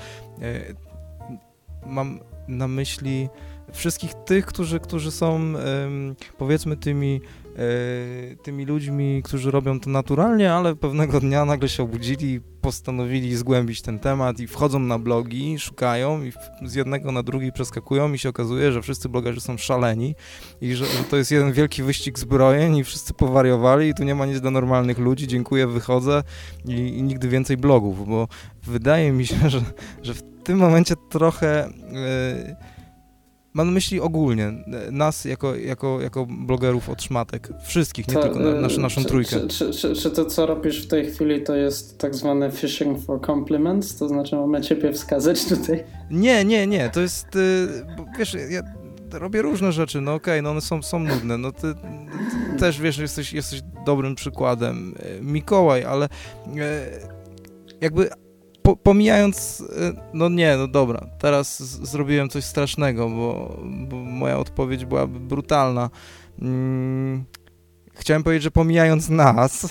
Mam na myśli wszystkich tych, którzy, którzy są powiedzmy tymi tymi ludźmi, którzy robią to naturalnie, ale pewnego dnia nagle się obudzili, postanowili zgłębić ten temat i wchodzą na blogi, szukają i z jednego na drugi przeskakują i się okazuje, że wszyscy blogerzy są szaleni i że, że to jest jeden wielki wyścig zbrojeń i wszyscy powariowali i tu nie ma nic dla normalnych ludzi, dziękuję, wychodzę i, i nigdy więcej blogów, bo wydaje mi się, że, że w tym momencie trochę yy, mam na myśli ogólnie nas jako, jako, jako blogerów od szmatek. Wszystkich, nie to, tylko na, nasz, naszą czy, trójkę. Czy, czy, czy, czy to, co robisz w tej chwili, to jest tak zwane fishing for compliments? To znaczy mamy ciebie wskazać tutaj? Nie, nie, nie. To jest, bo wiesz, ja robię różne rzeczy, no okej, okay, no one są, są nudne. No ty, ty też, wiesz, jesteś, jesteś dobrym przykładem. Mikołaj, ale jakby Po, pomijając, no nie, no dobra, teraz z, zrobiłem coś strasznego, bo, bo moja odpowiedź byłaby brutalna. Hmm, chciałem powiedzieć, że pomijając nas,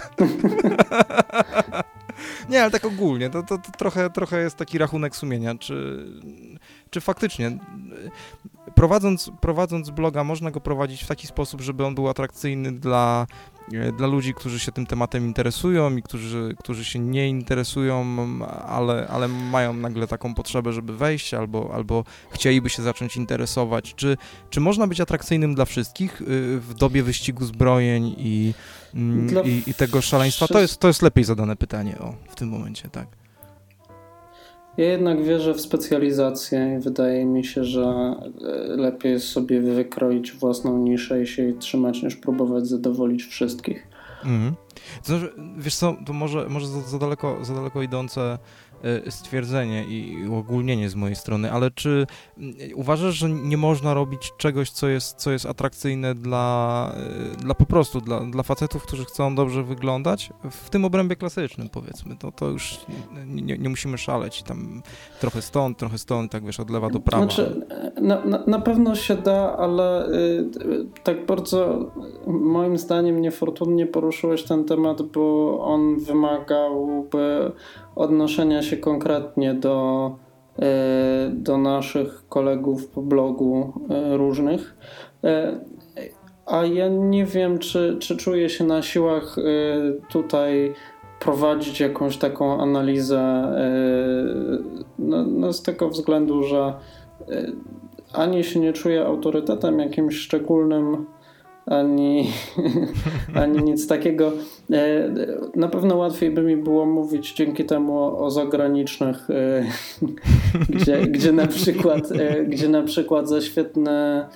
nie, ale tak ogólnie, to, to, to trochę, trochę jest taki rachunek sumienia, czy, czy faktycznie prowadząc, prowadząc bloga można go prowadzić w taki sposób, żeby on był atrakcyjny dla dla ludzi, którzy się tym tematem interesują i którzy, którzy się nie interesują, ale, ale mają nagle taką potrzebę, żeby wejść albo, albo chcieliby się zacząć interesować. Czy, czy można być atrakcyjnym dla wszystkich w dobie wyścigu zbrojeń i, i, i tego szaleństwa? To jest, to jest lepiej zadane pytanie o, w tym momencie, tak. Ja jednak wierzę w specjalizację i wydaje mi się, że lepiej jest sobie wykroić własną niszę i się jej trzymać, niż próbować zadowolić wszystkich. Mhm. To znaczy, wiesz co, to może, może za, za, daleko, za daleko idące stwierdzenie i uogólnienie z mojej strony, ale czy uważasz, że nie można robić czegoś, co jest, co jest atrakcyjne dla, dla po prostu, dla, dla facetów, którzy chcą dobrze wyglądać w tym obrębie klasycznym, powiedzmy, to, to już nie, nie musimy szaleć, tam trochę stąd, trochę stąd, tak wiesz, od lewa do prawa. Znaczy, na, na, na pewno się da, ale y, tak bardzo moim zdaniem niefortunnie poruszyłeś ten temat, bo on wymagałby odnoszenia się konkretnie do, do naszych kolegów po blogu różnych. A ja nie wiem, czy, czy czuję się na siłach tutaj prowadzić jakąś taką analizę no, no z tego względu, że ani się nie czuję autorytetem jakimś szczególnym, ani, ani nic takiego. Na pewno łatwiej by mi było mówić dzięki temu o, o zagranicznych, gdzie, gdzie na przykład, gdzie na przykład za świetne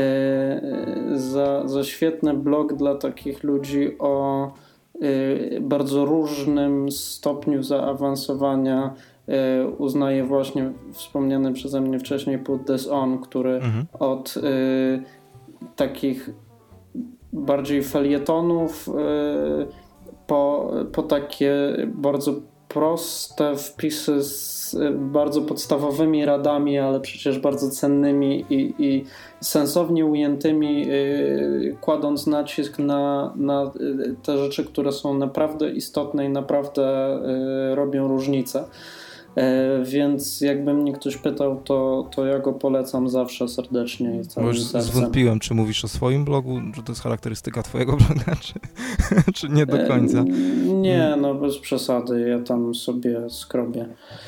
za, za świetny blog dla takich ludzi o bardzo różnym stopniu zaawansowania uznaję właśnie wspomniany przeze mnie wcześniej Put This On, który mhm. od y, takich bardziej felietonów y, po, po takie bardzo proste wpisy z bardzo podstawowymi radami, ale przecież bardzo cennymi i, i sensownie ujętymi, yy, kładąc nacisk na, na te rzeczy, które są naprawdę istotne i naprawdę yy, robią różnicę. Yy, więc jakby mnie ktoś pytał, to, to ja go polecam zawsze serdecznie i całym Już sercem. Zwątpiłem, czy mówisz o swoim blogu, że to jest charakterystyka twojego bloga, czy, czy nie do końca? Yy, nie, no bez przesady, ja tam sobie skrobię.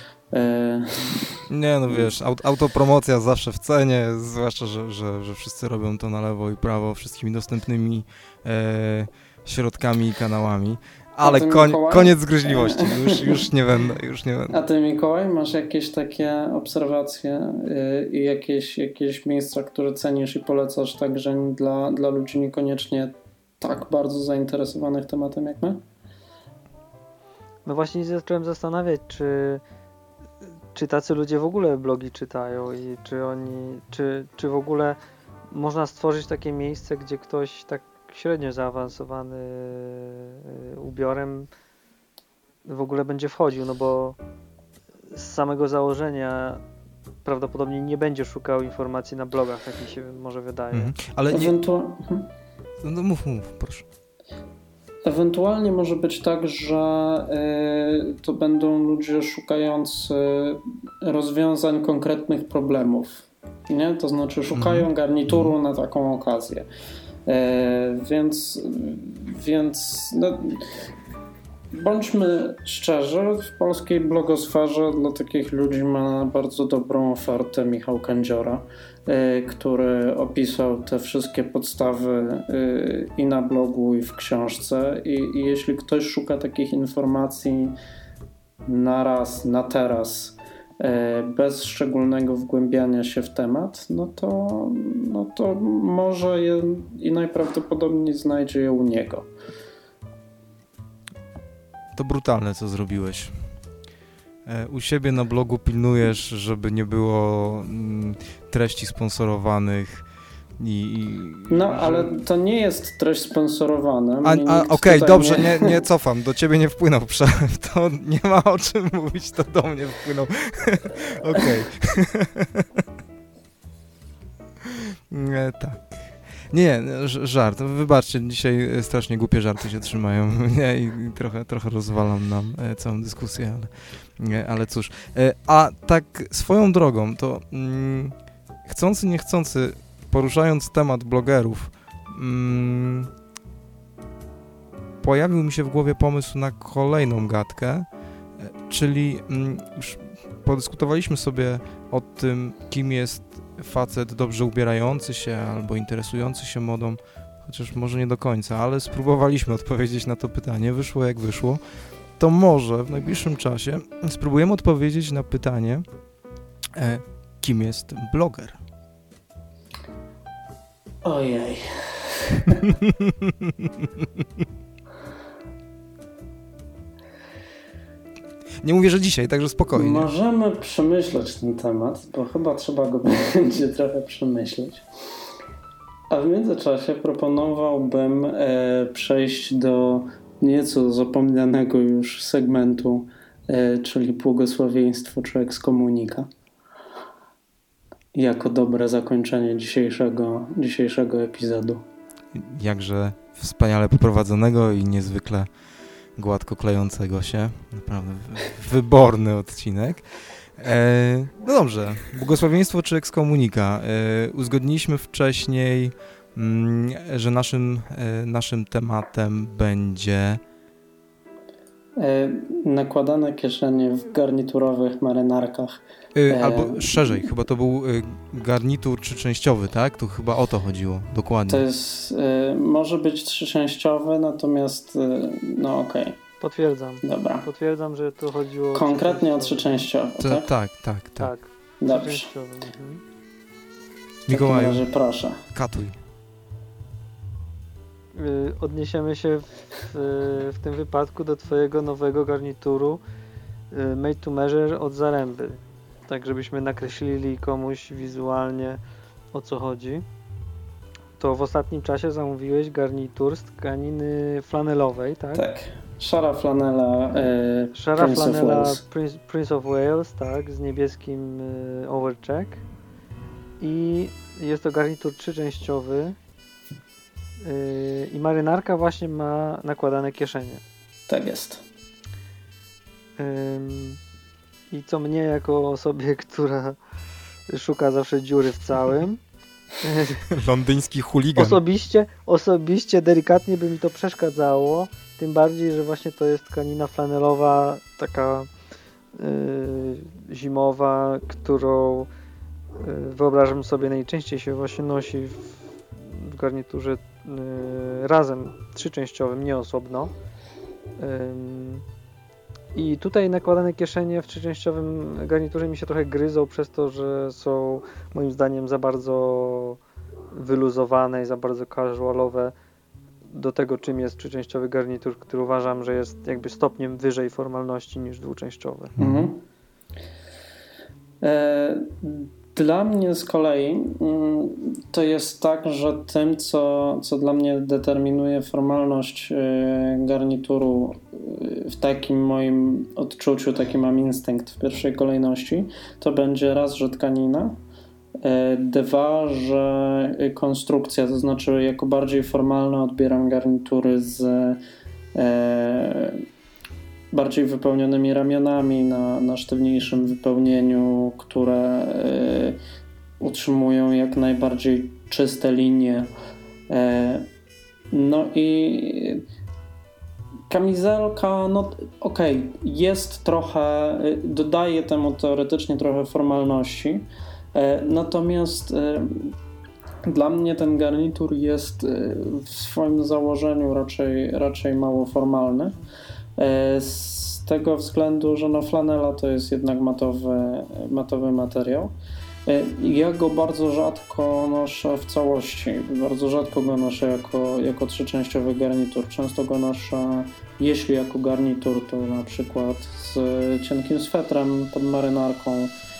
Nie, no wiesz, aut- autopromocja zawsze w cenie, zwłaszcza, że, że, że wszyscy robią to na lewo i prawo wszystkimi dostępnymi e, środkami i kanałami, ale koń, koniec zgryźliwości, już, już nie będę, już nie będę. A ty, Mikołaj, masz jakieś takie obserwacje i yy, jakieś, jakieś miejsca, które cenisz i polecasz także dla, dla ludzi niekoniecznie tak bardzo zainteresowanych tematem jak my? No właśnie zacząłem zastanawiać, czy czy tacy ludzie w ogóle blogi czytają i czy oni, czy, czy w ogóle można stworzyć takie miejsce, gdzie ktoś tak średnio zaawansowany ubiorem w ogóle będzie wchodził, no bo z samego założenia prawdopodobnie nie będzie szukał informacji na blogach, tak mi się może wydaje. Mhm. Ale nie... Ewentu... No mów, mów, proszę. Ewentualnie może być tak, że y, to będą ludzie szukający rozwiązań konkretnych problemów, nie? To znaczy szukają mm. garnituru na taką okazję. Y, więc więc no, bądźmy szczerzy, w polskiej blogosferze dla takich ludzi ma bardzo dobrą ofertę Michał Kędziora, który opisał te wszystkie podstawy i na blogu, i w książce. I, i jeśli ktoś szuka takich informacji na raz, na teraz, bez szczególnego wgłębiania się w temat, no to, no to może je i najprawdopodobniej znajdzie je u niego. To brutalne, co zrobiłeś. U siebie na blogu pilnujesz, żeby nie było mm, treści sponsorowanych i... No, że... ale to nie jest treść sponsorowana. A, a okej, okay, dobrze, nie... Nie, nie cofam. Do ciebie nie wpłynął przelew. To nie ma o czym mówić, to do mnie wpłynął. Okej. Nie, tak. Nie, żart. Wybaczcie, dzisiaj strasznie głupie żarty się trzymają, nie? I trochę, trochę rozwalam nam całą dyskusję, ale, nie, ale cóż. A tak swoją drogą, to mm, chcący, niechcący, poruszając temat blogerów, mm, pojawił mi się w głowie pomysł na kolejną gadkę, czyli mm, już podyskutowaliśmy sobie o tym, kim jest facet dobrze ubierający się albo interesujący się modą, chociaż może nie do końca, ale spróbowaliśmy odpowiedzieć na to pytanie, wyszło jak wyszło, to może w najbliższym czasie spróbujemy odpowiedzieć na pytanie, e, kim jest bloger? Ojej. Nie mówię, że dzisiaj, także spokojnie. Możemy przemyśleć ten temat, bo chyba trzeba go będzie trochę przemyśleć. A w międzyczasie proponowałbym e, przejść do nieco zapomnianego już segmentu, e, czyli błogosławieństwo czy ekskomunika. Jako dobre zakończenie dzisiejszego, dzisiejszego epizodu. Jakże wspaniale poprowadzonego i niezwykle gładko klejącego się. Naprawdę wyborny odcinek. E, no dobrze, błogosławieństwo czy ekskomunika? E, uzgodniliśmy wcześniej, mm, że naszym, e, naszym tematem będzie... E, nakładane kieszenie w garniturowych marynarkach. E, albo szerzej, chyba to był e, garnitur trzyczęściowy, tak? To chyba o to chodziło, dokładnie. To jest, e, może być trzyczęściowy, natomiast e, no okej. Okay. Potwierdzam. Dobra. Potwierdzam, że to chodziło konkretnie o trzyczęściowy, to, tak? Tak, tak, tak. Tak. Dobrze. Mhm. Mikołaju, razie proszę. katuj. Yy, odniesiemy się w, w tym wypadku do twojego nowego garnituru yy, made to measure od Zaręby. Tak, żebyśmy nakreślili komuś wizualnie, o co chodzi. To w ostatnim czasie zamówiłeś garnitur z tkaniny flanelowej, tak? Tak. Szara flanela e, Szara Prince flanela of Wales. Prince, Prince of Wales, tak, z niebieskim y, overcheck. I jest to garnitur trzyczęściowy y, i marynarka właśnie ma nakładane kieszenie. Tak jest. Ym, I co mnie jako osobie, która szuka zawsze dziury w całym, Londyński chuligan. Osobiście, osobiście delikatnie by mi to przeszkadzało, tym bardziej, że właśnie to jest tkanina flanelowa, taka yy, zimowa, którą yy, wyobrażam sobie najczęściej się właśnie nosi w, w garniturze yy, razem trzyczęściowym, nie osobno. Yy, I tutaj nakładane kieszenie w trzyczęściowym garniturze mi się trochę gryzą przez to, że są moim zdaniem za bardzo wyluzowane i za bardzo casualowe do tego, czym jest trzyczęściowy garnitur, który uważam, że jest jakby stopniem wyżej formalności niż dwuczęściowy. Mhm. E, dla mnie z kolei mm, to jest tak, że tym, co, co dla mnie determinuje formalność y, garnituru y, w takim moim odczuciu, taki mam instynkt w pierwszej kolejności, to będzie raz, że tkanina, dwa, że konstrukcja, to znaczy jako bardziej formalne odbieram garnitury z e, bardziej wypełnionymi ramionami na, na sztywniejszym wypełnieniu, które e, utrzymują jak najbardziej czyste linie. E, no i kamizelka, no okej, okay, jest trochę, dodaje temu teoretycznie trochę formalności. Natomiast dla mnie ten garnitur jest w swoim założeniu raczej, raczej mało formalny. Z tego względu, że no flanela to jest jednak matowy, matowy materiał. Ja go bardzo rzadko noszę w całości. Bardzo rzadko go noszę jako, jako trzyczęściowy garnitur. Często go noszę, jeśli jako garnitur, to na przykład z cienkim swetrem pod marynarką.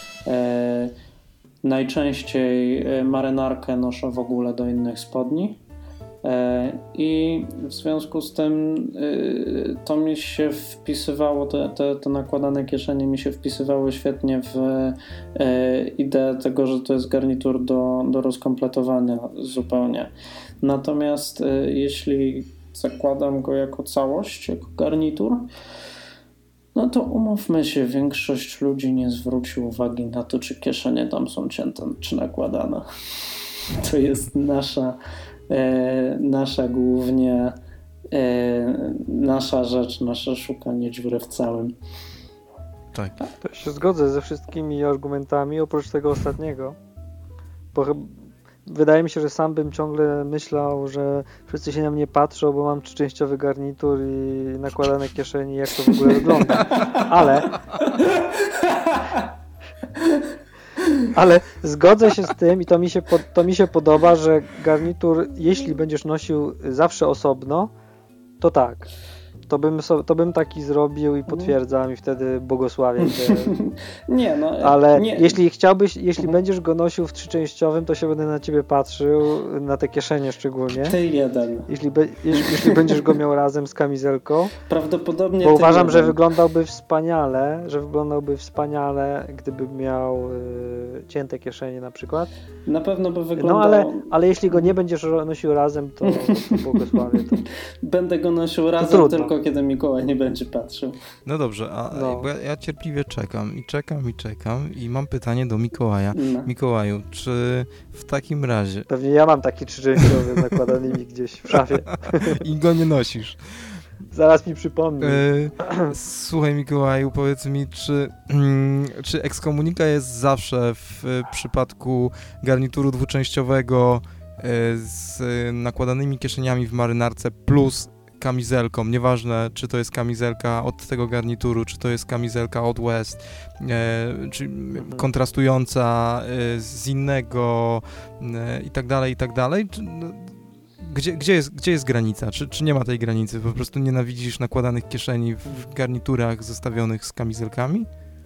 Najczęściej marynarkę noszę w ogóle do innych spodni i w związku z tym to mi się wpisywało, te, te, te nakładane kieszenie mi się wpisywały świetnie w ideę tego, że to jest garnitur do, do rozkompletowania zupełnie. Natomiast jeśli zakładam go jako całość, jako garnitur, no to umówmy się, większość ludzi nie zwróci uwagi na to, czy kieszenie tam są cięte, czy nakładane. To jest nasza, e, nasza głównie e, nasza rzecz, nasze szukanie dziury w całym. Tak. To się zgodzę ze wszystkimi argumentami, oprócz tego ostatniego. Bo wydaje mi się, że sam bym ciągle myślał, że wszyscy się na mnie patrzą, bo mam trzyczęściowy garnitur i nakładane kieszenie, jak to w ogóle wygląda. Ale ale zgodzę się z tym i to mi się, to mi się podoba, że garnitur, jeśli będziesz nosił zawsze osobno, to tak. to bym, so, to bym taki zrobił i potwierdzam i wtedy błogosławię cię. Nie, no. Ale nie. jeśli chciałbyś, jeśli Mhm. będziesz go nosił w trzyczęściowym, to się będę na ciebie patrzył, na te kieszenie szczególnie. Ty jeden. Jeśli, be, jeśli, jeśli będziesz go miał razem z kamizelką. Prawdopodobnie Bo ty uważam, jeden. że wyglądałby wspaniale, że wyglądałby wspaniale, gdyby miał y, cięte kieszenie na przykład. Na pewno by wyglądał... No ale, ale jeśli go nie będziesz nosił razem, to, to błogosławię. To. Będę go nosił razem trudno. tylko, kiedy Mikołaj nie będzie patrzył. No dobrze, a No. bo ja, ja cierpliwie czekam i czekam i czekam i mam pytanie do Mikołaja. No. Mikołaju, czy w takim razie Pewnie ja mam taki trzyczęściowy z nakładanymi gdzieś w szafie. i go nie nosisz? Zaraz mi przypomnij. Yy, słuchaj Mikołaju, powiedz mi, czy, mm, czy ekskomunika jest zawsze w y, przypadku garnituru dwuczęściowego y, z nakładanymi kieszeniami w marynarce plus kamizelką, nieważne czy to jest kamizelka od tego garnituru, czy to jest kamizelka od West, y, czy kontrastująca y, z innego y, i tak dalej, i tak dalej, czy, no, Gdzie, gdzie, jest, gdzie jest granica? Czy, czy nie ma tej granicy? Po prostu nienawidzisz nakładanych kieszeni w garniturach zestawionych z kamizelkami?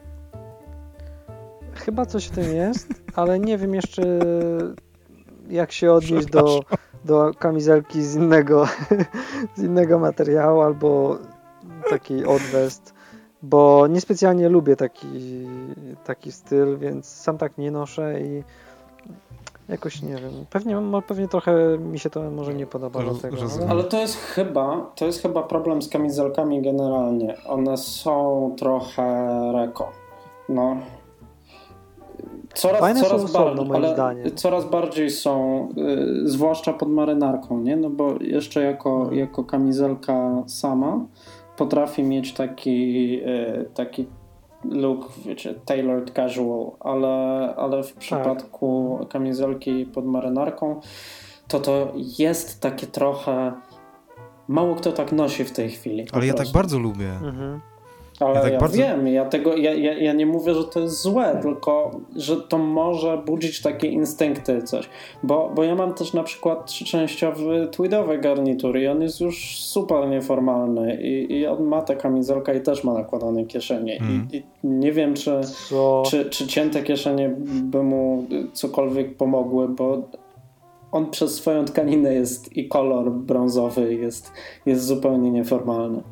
Chyba coś w tym jest, ale nie wiem jeszcze jak się odnieść do, do kamizelki z innego, z innego materiału albo takiej odwest, bo niespecjalnie lubię taki, taki styl, więc sam tak nie noszę i jakoś nie wiem, pewnie, pewnie trochę mi się to może nie podoba Roz- dlatego. rozumiem. Ale to jest chyba, to jest chyba problem z kamizelkami generalnie. One są trochę reko. No. Coraz, Fajne są coraz osobno, bardziej, moim ale zdaniem. coraz bardziej są, y, zwłaszcza pod marynarką, nie? No bo jeszcze jako, Mhm. jako kamizelka sama potrafi mieć taki, y, taki look, wiecie, tailored casual, ale, ale w przypadku kamizelki pod marynarką to to jest takie trochę... Mało kto tak nosi w tej chwili. po Ale ja tak prostu. bardzo lubię. Mhm. Ale Ja ja, tak bardzo- wiem, ja tego, ja, ja, ja nie mówię, że to jest złe, tylko że to może budzić takie instynkty, coś. Bo, bo ja mam też na przykład trzyczęściowy tweedowy garnitur i on jest już super nieformalny i, i on ma tę kamizelkę i też ma nakładane kieszenie. Mhm. I, I nie wiem, czy, Co? czy, czy cięte kieszenie by mu cokolwiek pomogły, bo on przez swoją tkaninę jest i kolor brązowy jest, jest zupełnie nieformalny.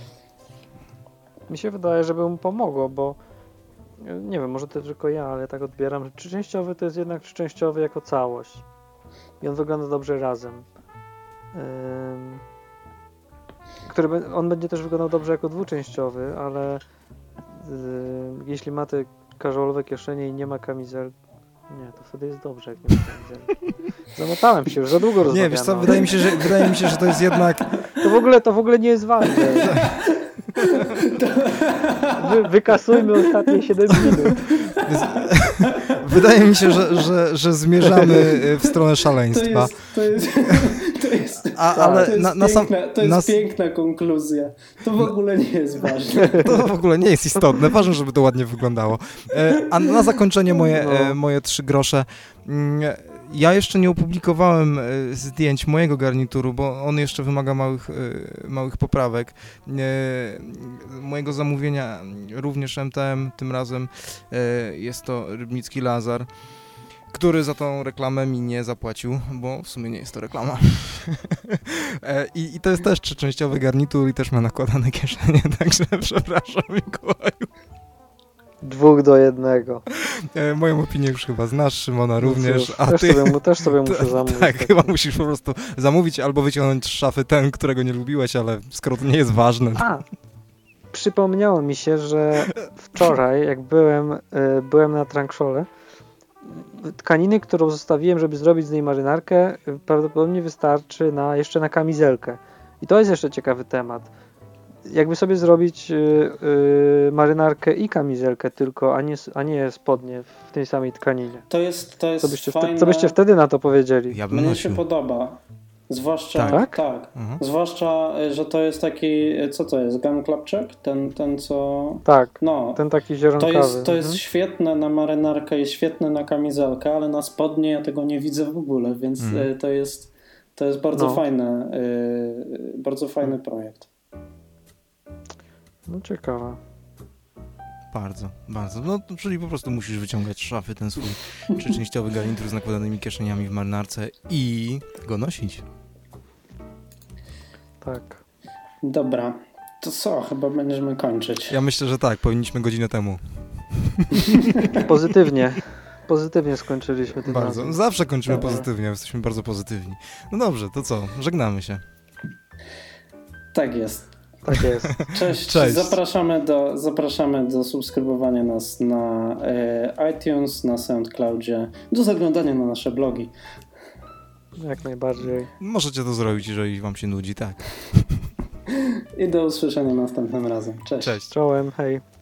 Mi się wydaje, że by mu pomogło, bo nie wiem, może to tylko ja, ale tak odbieram, że trzyczęściowy to jest jednak trzyczęściowy jako całość i on wygląda dobrze razem. Ym, który, be- on będzie też wyglądał dobrze jako dwuczęściowy, ale ym, jeśli ma te casualowe kieszenie i nie ma kamizel, nie, to wtedy jest dobrze, jak nie ma kamizel. Zamotałem się, już za długo Nie, rozmawiamy. wiesz co, wydaje mi się, że, wydaje mi się, że to jest jednak... To w ogóle, to w ogóle nie jest ważne. Wy, wykasujmy ostatnie siedem minut. Wydaje mi się, że, że, że zmierzamy w stronę To szaleństwa. jest, to jest, to jest, A, tak, ale to jest, na, na sam... piękna, to jest na- piękna konkluzja. To w ogóle nie jest ważne. To w ogóle nie jest istotne. Ważne, żeby to ładnie wyglądało. E, A na zakończenie moje, No. e, moje trzy grosze. Mm, Ja jeszcze nie opublikowałem e, zdjęć mojego garnituru, bo on jeszcze wymaga małych, e, małych poprawek. E, Mojego zamówienia również M T M, tym razem e, jest to Rybnicki Lazar, który za tą reklamę mi nie zapłacił, bo w sumie nie jest to reklama. E, I, I to jest też trzyczęściowy garnitur i też ma nakładane kieszenie, także przepraszam Mikołaju. Dwóch do jednego. E, moją opinię już chyba znasz, Szymona również, Cóż, a też, ty... sobie, mu- też sobie muszę zamówić. Tak, chyba musisz po prostu zamówić albo wyciągnąć z szafy ten, którego nie lubiłeś, ale skoro to nie jest ważne. A, przypomniało mi się, że wczoraj, jak byłem, y, byłem na Trankshole, tkaniny, którą zostawiłem, żeby zrobić z niej marynarkę, y, prawdopodobnie wystarczy na, jeszcze na kamizelkę. I to jest jeszcze ciekawy temat. Jakby sobie zrobić y, y, marynarkę i kamizelkę tylko, a nie, s- a nie spodnie w tej samej tkaninie. To jest, to jest Co byście, fajne. wte, co byście wtedy na to powiedzieli? Ja bym Mnie nosił. się podoba. Zwłaszcza, Tak? tak. Tak? Mhm. Zwłaszcza, że to jest taki, co to jest, gun klapczek? Ten, ten co... Tak, No, ten taki to zielonkawy. jest, to jest Mhm. świetne na marynarkę i świetne na kamizelkę, ale na spodnie ja tego nie widzę w ogóle, więc Mhm. y, to jest, to jest bardzo No. fajne, y, bardzo fajny projekt. No ciekawe. Bardzo, bardzo. No, to, czyli po prostu musisz wyciągać z szafy ten swój trzyczęściowy garnitur z nakładanymi kieszeniami w marynarce i go nosić. Tak. Dobra, to co? Chyba będziemy kończyć. Ja myślę, że tak, powinniśmy godzinę temu. Pozytywnie. Pozytywnie skończyliśmy tym Bardzo. razem. Zawsze kończymy Dobra. pozytywnie, jesteśmy bardzo pozytywni. No dobrze, to co? Żegnamy się. Tak jest. Tak jest. Cześć. Cześć. Zapraszamy, do, zapraszamy do subskrybowania nas na e, iTunes, na SoundCloudzie, do zaglądania na nasze blogi. Jak najbardziej. Możecie to zrobić, jeżeli wam się nudzi, tak. I do usłyszenia następnym razem. Cześć. Cześć. Czołem, hej.